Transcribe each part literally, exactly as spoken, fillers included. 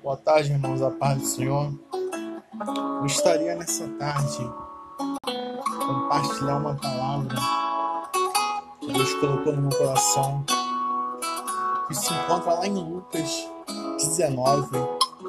Boa tarde, irmãos, a paz do Senhor. Gostaria nessa tarde de compartilhar uma palavra que Deus colocou no meu coração, que se encontra lá em Lucas dezenove.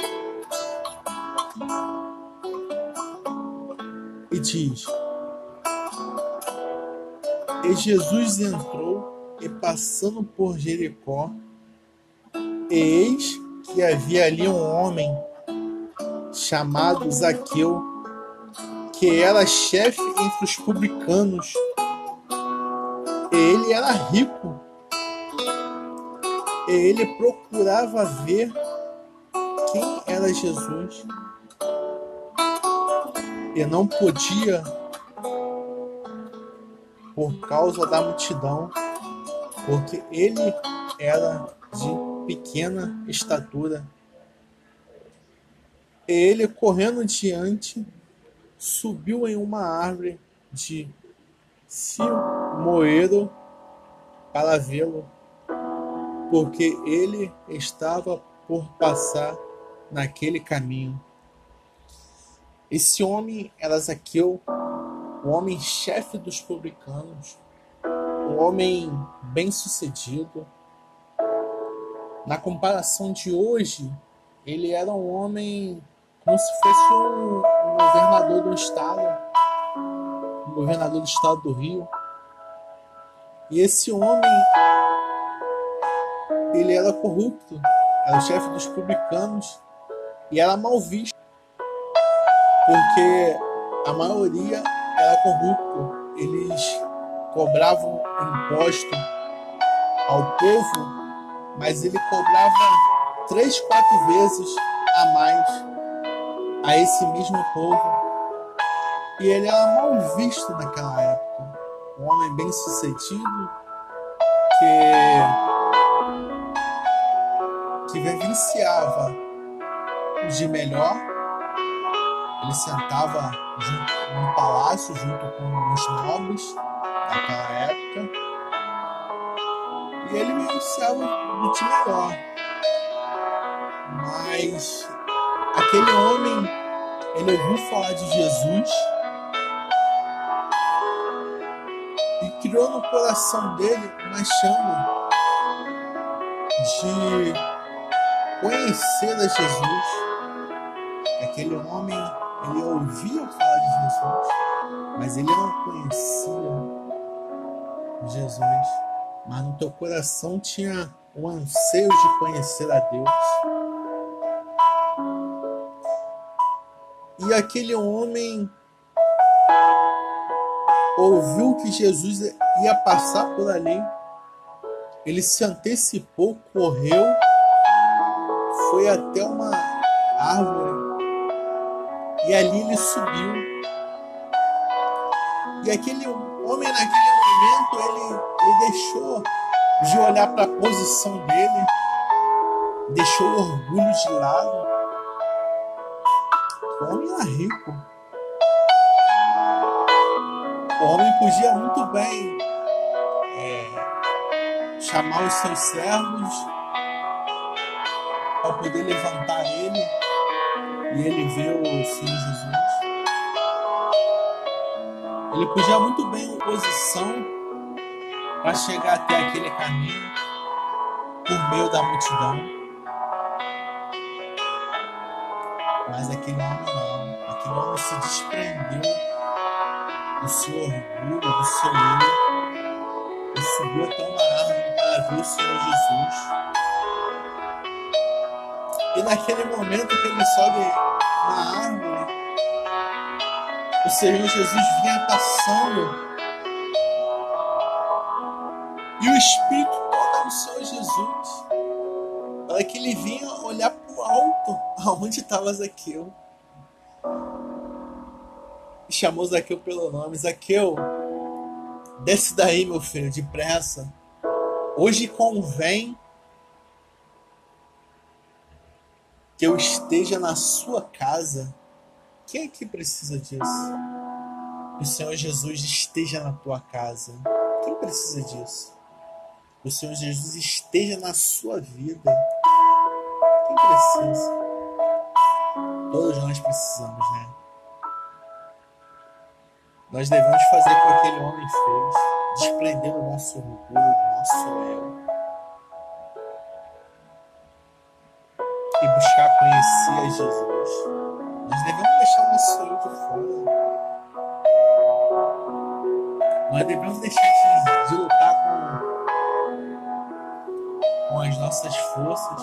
E diz: E Jesus entrou, e passando por Jericó, e eis que havia ali um homem chamado Zaqueu, que era chefe entre os publicanos, e ele era rico, e ele procurava ver quem era Jesus, e não podia por causa da multidão, porque ele era de pequena estatura. E ele, correndo diante, subiu em uma árvore de simoeiro para vê-lo, porque ele estava por passar naquele caminho. Esse homem era Zaqueu, o homem chefe dos publicanos, um homem bem-sucedido. Na comparação de hoje, ele era um homem como se fosse um, um governador do estado, um governador do estado do Rio. E esse homem, ele era corrupto, era o chefe dos publicanos e era mal visto, porque a maioria era corrupto. Eles cobravam imposto ao povo, mas ele cobrava três, quatro vezes a mais a esse mesmo povo. E ele era mal visto naquela época. Um homem bem sucedido que, que vivenciava o de melhor. Ele sentava junto, num palácio junto com os nobres daquela época. E ele vivenciava do de melhor. Mas aquele homem, ele ouviu falar de Jesus e criou no coração dele uma chama de conhecer a Jesus. Aquele homem, ele ouvia falar de Jesus, mas ele não conhecia Jesus. Mas no teu coração tinha o anseio de conhecer a Deus. E aquele homem ouviu que Jesus ia passar por ali. Ele se antecipou, correu, foi até uma árvore e ali ele subiu. E aquele homem, naquele momento, ele, ele deixou de olhar para a posição dele, deixou o orgulho de lado. O homem era rico. O homem podia muito bem é, chamar os seus servos para poder levantar ele e ele ver o Senhor Jesus. Ele podia muito bem em posição para chegar até aquele caminho por meio da multidão. Mas aquele homem não. Aquele homem se desprendeu do seu orgulho, do seu eu, e subiu até uma árvore para ver o Senhor Jesus. E naquele momento que ele sobe na árvore, o Senhor Jesus vinha passando e o Espírito toca no Senhor Jesus para que ele vinha olhar para o alto, aonde estava Zaqueu. E chamou Zaqueu pelo nome. Zaqueu, desce daí, meu filho, depressa. Hoje convém que eu esteja na sua casa. Quem é que precisa disso? Que o Senhor Jesus esteja na tua casa. Quem precisa disso? Que o Senhor Jesus esteja na sua vida. Quem precisa? Todos nós precisamos, né? Nós devemos fazer o que aquele homem fez, desprender o nosso orgulho, do nosso eu, e buscar conhecer a Jesus. Nós devemos deixar o nosso eu de fora. Nós devemos deixar de, de lutar com, com as nossas forças.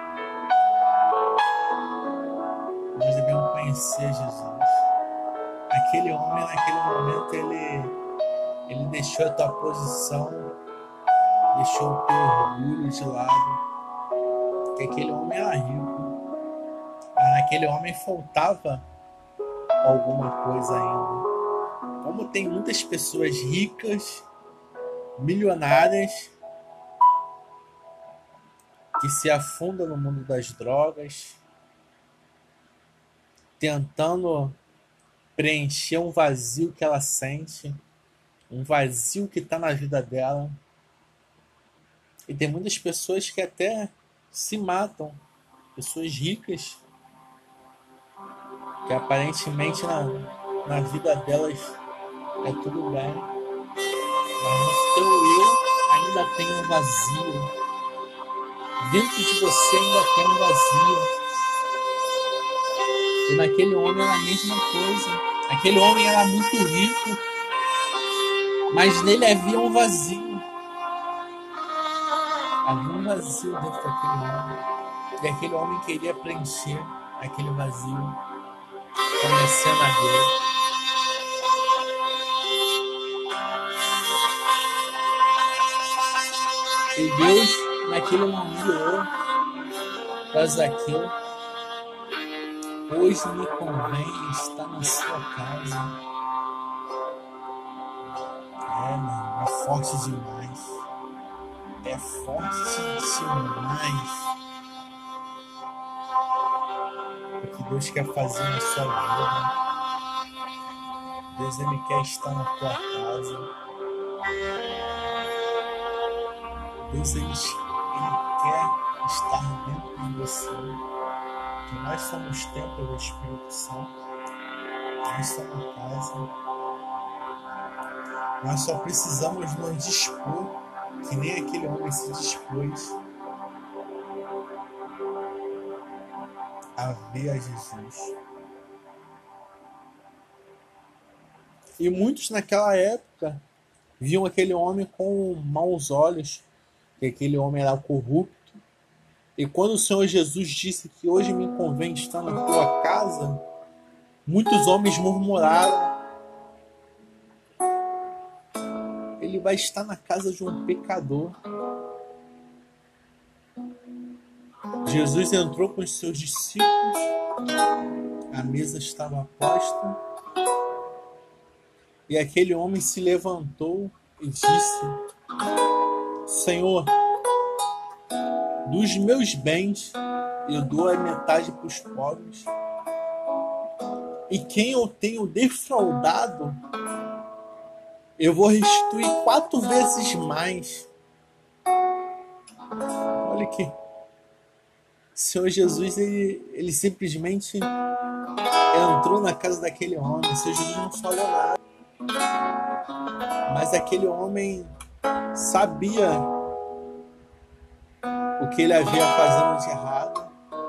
Nós devemos conhecer Jesus. Aquele homem, naquele momento, ele, ele deixou a tua posição, deixou o teu orgulho de lado, porque aquele homem era rico, mas naquele homem faltava alguma coisa ainda. Como tem muitas pessoas ricas, milionárias, que se afundam no mundo das drogas, tentando preencher um vazio que ela sente, um vazio que está na vida dela. E tem muitas pessoas que até se matam, pessoas ricas, que aparentemente na, na vida delas é tudo bem, mas no teu eu ainda tem um vazio. Dentro de você ainda tem um vazio. E naquele homem era a mesma coisa. Aquele homem era muito rico, mas nele havia um vazio. Havia um vazio dentro daquele homem. E aquele homem queria preencher aquele vazio, conhecendo a Deus. E Deus, naquele momento, olhou para Zaqueu. Hoje me convém estar na sua casa. É, mano, é forte demais. É forte demais. O que Deus quer fazer na sua vida. Deus, Ele quer estar na tua casa. Deus, Ele, ele quer estar dentro de você. Que nós somos templo do Espírito Santo. Nós somos casa. Nós só precisamos nos dispor, que nem aquele homem se dispôs, a ver a Jesus. E muitos naquela época viam aquele homem com maus olhos, que aquele homem era corrupto. E quando o Senhor Jesus disse que hoje me convém estar na tua casa, muitos homens murmuraram. Ele vai estar na casa de um pecador. Jesus entrou com os seus discípulos, a mesa estava posta, e aquele homem se levantou e disse: Senhor, dos meus bens eu dou a metade para os pobres. E quem eu tenho defraudado, eu vou restituir quatro vezes mais. Olha aqui. O Senhor Jesus, ele, ele simplesmente entrou na casa daquele homem. O Senhor Jesus não falou nada. Mas aquele homem sabia o que ele havia fazendo de errado.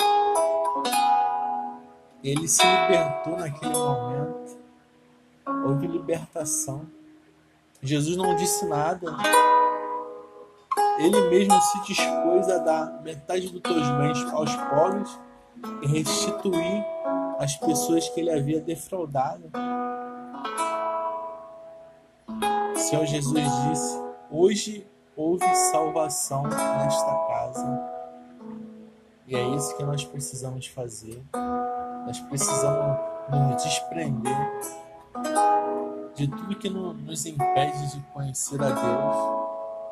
Ele se libertou naquele momento. Houve libertação. Jesus não disse nada. Ele mesmo se dispôs a dar metade dos teus bens aos pobres e restituir as pessoas que ele havia defraudado. O Senhor Jesus disse: hoje houve salvação nesta casa. E é isso que nós precisamos fazer. Nós precisamos nos desprender de tudo que nos impede de conhecer a Deus.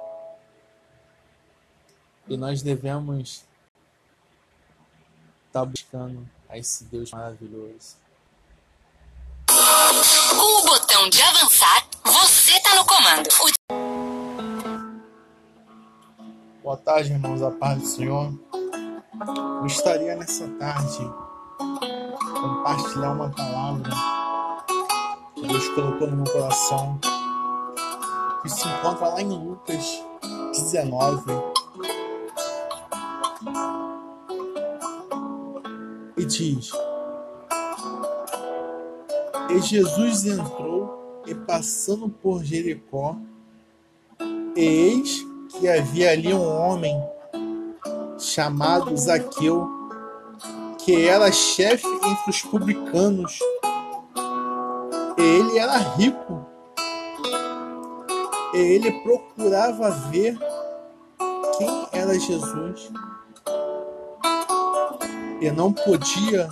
E nós devemos estar buscando a esse Deus maravilhoso. Com o botão de avançar, você está no comando. O... Boa tarde, irmãos, a paz do Senhor. Gostaria nessa tarde compartilhar uma palavra que Deus colocou no meu coração, que se encontra lá em Lucas dezenove. E diz: E Jesus entrou, e passando por Jericó, e eis que havia ali um homem chamado Zaqueu, que era chefe entre os publicanos, e ele era rico, e ele procurava ver quem era Jesus, e não podia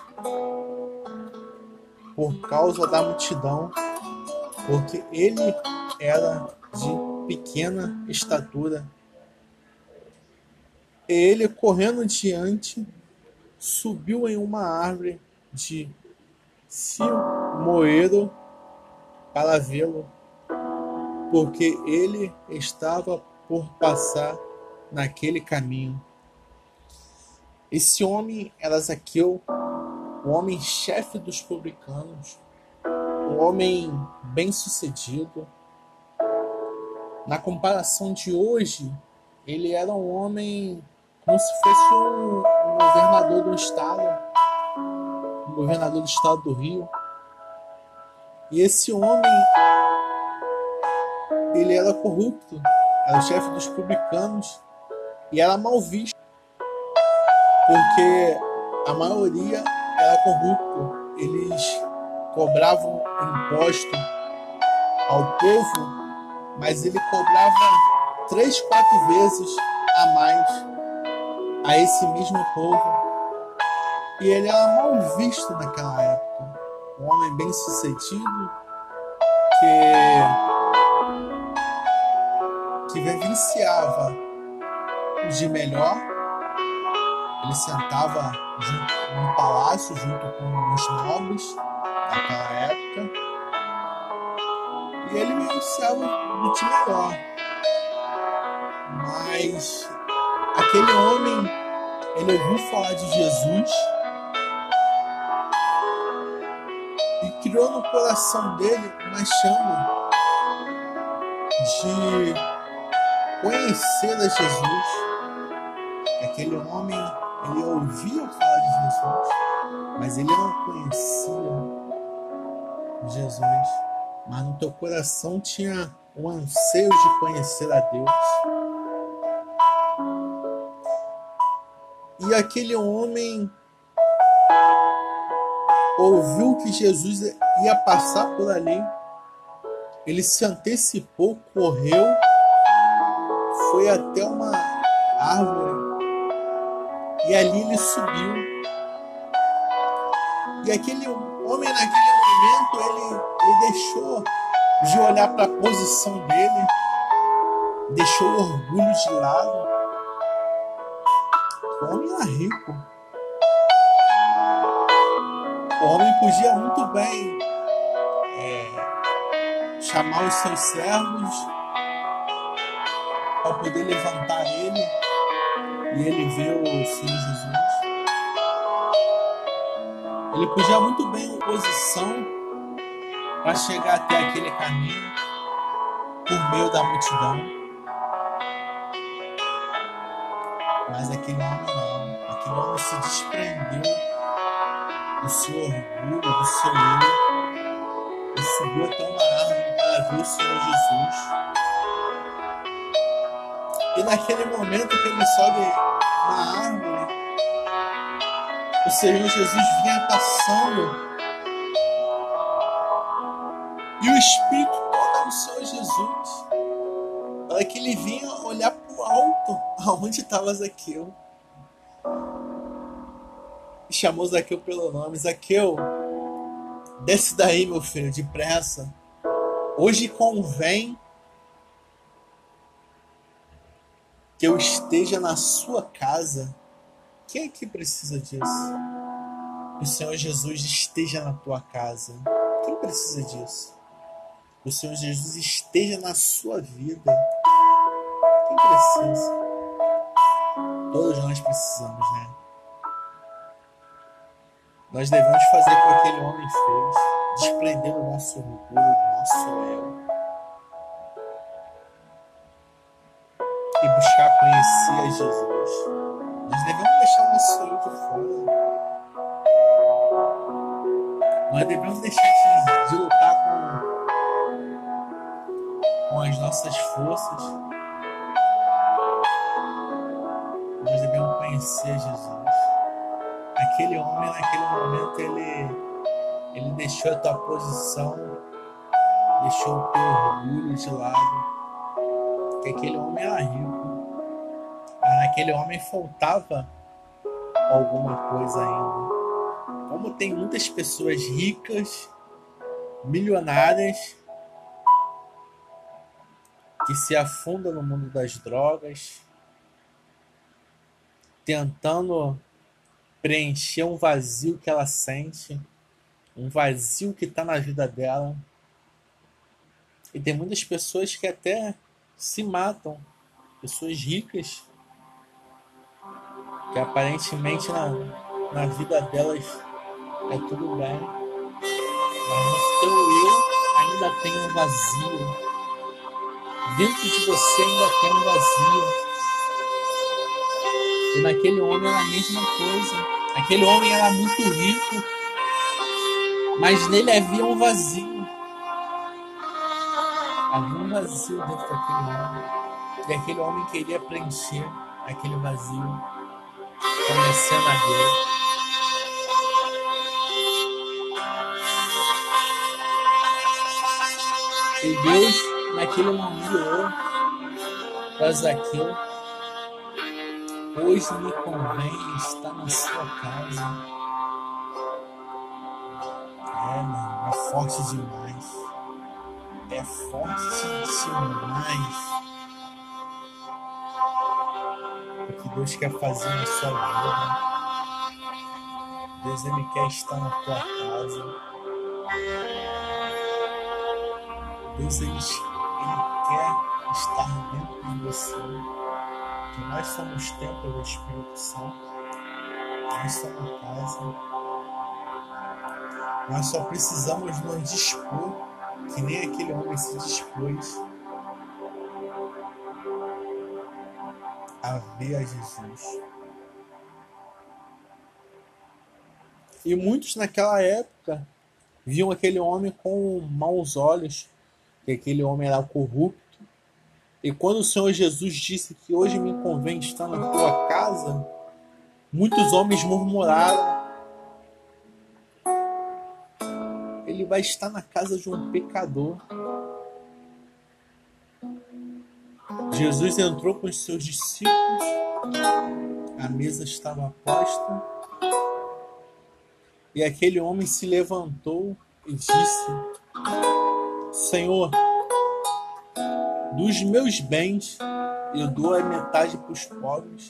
por causa da multidão, porque ele era de pequena estatura. E ele, correndo diante, subiu em uma árvore de simoeiro para vê-lo, porque ele estava por passar naquele caminho. Esse homem era Zaqueu, o homem chefe dos publicanos, um homem bem-sucedido. Na comparação de hoje, ele era um homem como se fosse um, um governador do estado, um governador do estado do Rio. E esse homem, ele era corrupto, era o chefe dos publicanos e era mal visto, porque a maioria era corrupto. Eles cobravam imposto ao povo, mas ele cobrava três, quatro vezes a mais a esse mesmo povo. E ele era mal visto naquela época. Um homem bem sucedido que, que vivenciava o de melhor. Ele sentava junto, no palácio junto com os nobres daquela época. E ele vivenciava o de melhor. Mas aquele homem, ele ouviu falar de Jesus e criou no coração dele uma chama de conhecer a Jesus. Aquele homem, ele ouvia falar de Jesus, mas ele não conhecia Jesus. Mas no teu coração tinha um anseio de conhecer a Deus. E aquele homem ouviu que Jesus ia passar por ali. Ele se antecipou, correu, foi até uma árvore e ali ele subiu. E aquele homem, naquele momento, ele, ele deixou de olhar para a posição dele, deixou o orgulho de lado. O homem era rico. O homem podia muito bem é, chamar os seus servos para poder levantar ele e ele ver o Senhor Jesus. Ele podia muito bem em posição para chegar até aquele caminho por meio da multidão. Mas aquele homem não. Aquele homem se desprendeu do seu orgulho, do seu eu, e subiu até uma árvore para ver o Senhor Jesus. E naquele momento que ele sobe na árvore, o Senhor Jesus vinha passando e o Espírito toca no Senhor Jesus para que ele vinha olhar para o alto, aonde estava Zaqueu. E chamou Zaqueu pelo nome. Zaqueu, desce daí, meu filho, depressa. Hoje convém que eu esteja na sua casa. Quem é que precisa disso? Que o Senhor Jesus esteja na tua casa. Quem precisa disso? Que o Senhor Jesus esteja na sua vida. Quem precisa? Todos nós precisamos, né? Nós devemos fazer o que aquele homem fez, desprender o nosso orgulho, do nosso ego, e buscar conhecer a Jesus. Nós devemos deixar o nosso eu de fora. Nós devemos deixar de, de lutar com, com as nossas forças. Nós devemos conhecer Jesus. Aquele homem, naquele momento, ele, ele deixou a tua posição, deixou o teu orgulho de lado. Porque aquele homem era rico. Mas naquele homem faltava alguma coisa ainda. Como tem muitas pessoas ricas, milionárias, que se afundam no mundo das drogas, tentando preencher um vazio que ela sente, um vazio que está na vida dela. E tem muitas pessoas que até se matam, pessoas ricas, que aparentemente na, na vida delas é tudo bem, mas no teu eu ainda tem um vazio, dentro de você ainda tem um vazio. E naquele homem era a mesma coisa. Aquele homem era muito rico, mas nele havia um vazio. Havia um vazio dentro daquele homem. E aquele homem queria preencher aquele vazio, conhecendo a Deus. E Deus, naquele momento, olhou para Zaqueu: hoje me convém estar na sua casa. É, mano, é forte demais. É forte demais. O que Deus quer fazer na sua vida. Deus, Ele quer estar na tua casa. Deus, Ele, Ele quer estar dentro de você. Que nós somos templo do Espírito Santo. Nós somos casa. Nós só precisamos nos dispor, que nem aquele homem se dispôs, a ver a Jesus. E muitos naquela época viam aquele homem com maus olhos, que aquele homem era corrupto. E quando o Senhor Jesus disse que hoje me convém estar na tua casa, muitos homens murmuraram: ele vai estar na casa de um pecador. Jesus entrou com os seus discípulos, a mesa estava posta, e aquele homem se levantou e disse: Senhor, dos meus bens eu dou a metade para os pobres,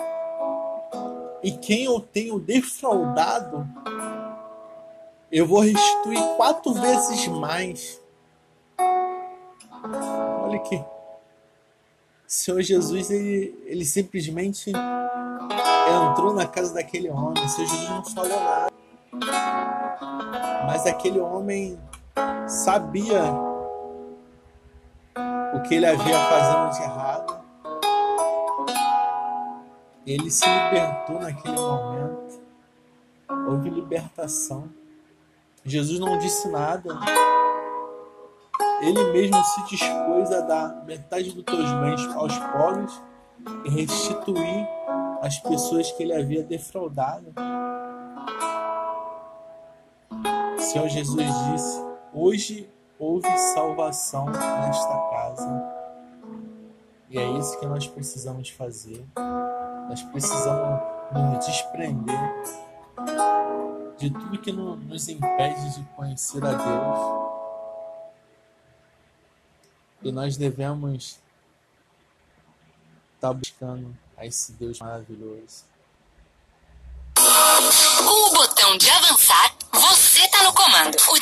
e quem eu tenho defraudado eu vou restituir quatro vezes mais. Olha aqui, o Senhor Jesus, ele, ele simplesmente entrou na casa daquele homem. O Senhor Jesus não falou nada, mas aquele homem sabia o que ele havia fazendo de errado. Ele se libertou naquele momento. Houve libertação. Jesus não disse nada. Ele mesmo se dispôs a dar metade dos teus bens aos pobres e restituir as pessoas que ele havia defraudado. O Senhor Jesus disse: hoje houve salvação nesta casa. E é isso que nós precisamos fazer. Nós precisamos nos desprender de tudo que nos impede de conhecer a Deus. E nós devemos estar buscando a esse Deus maravilhoso. Com o botão de avançar, você está no comando.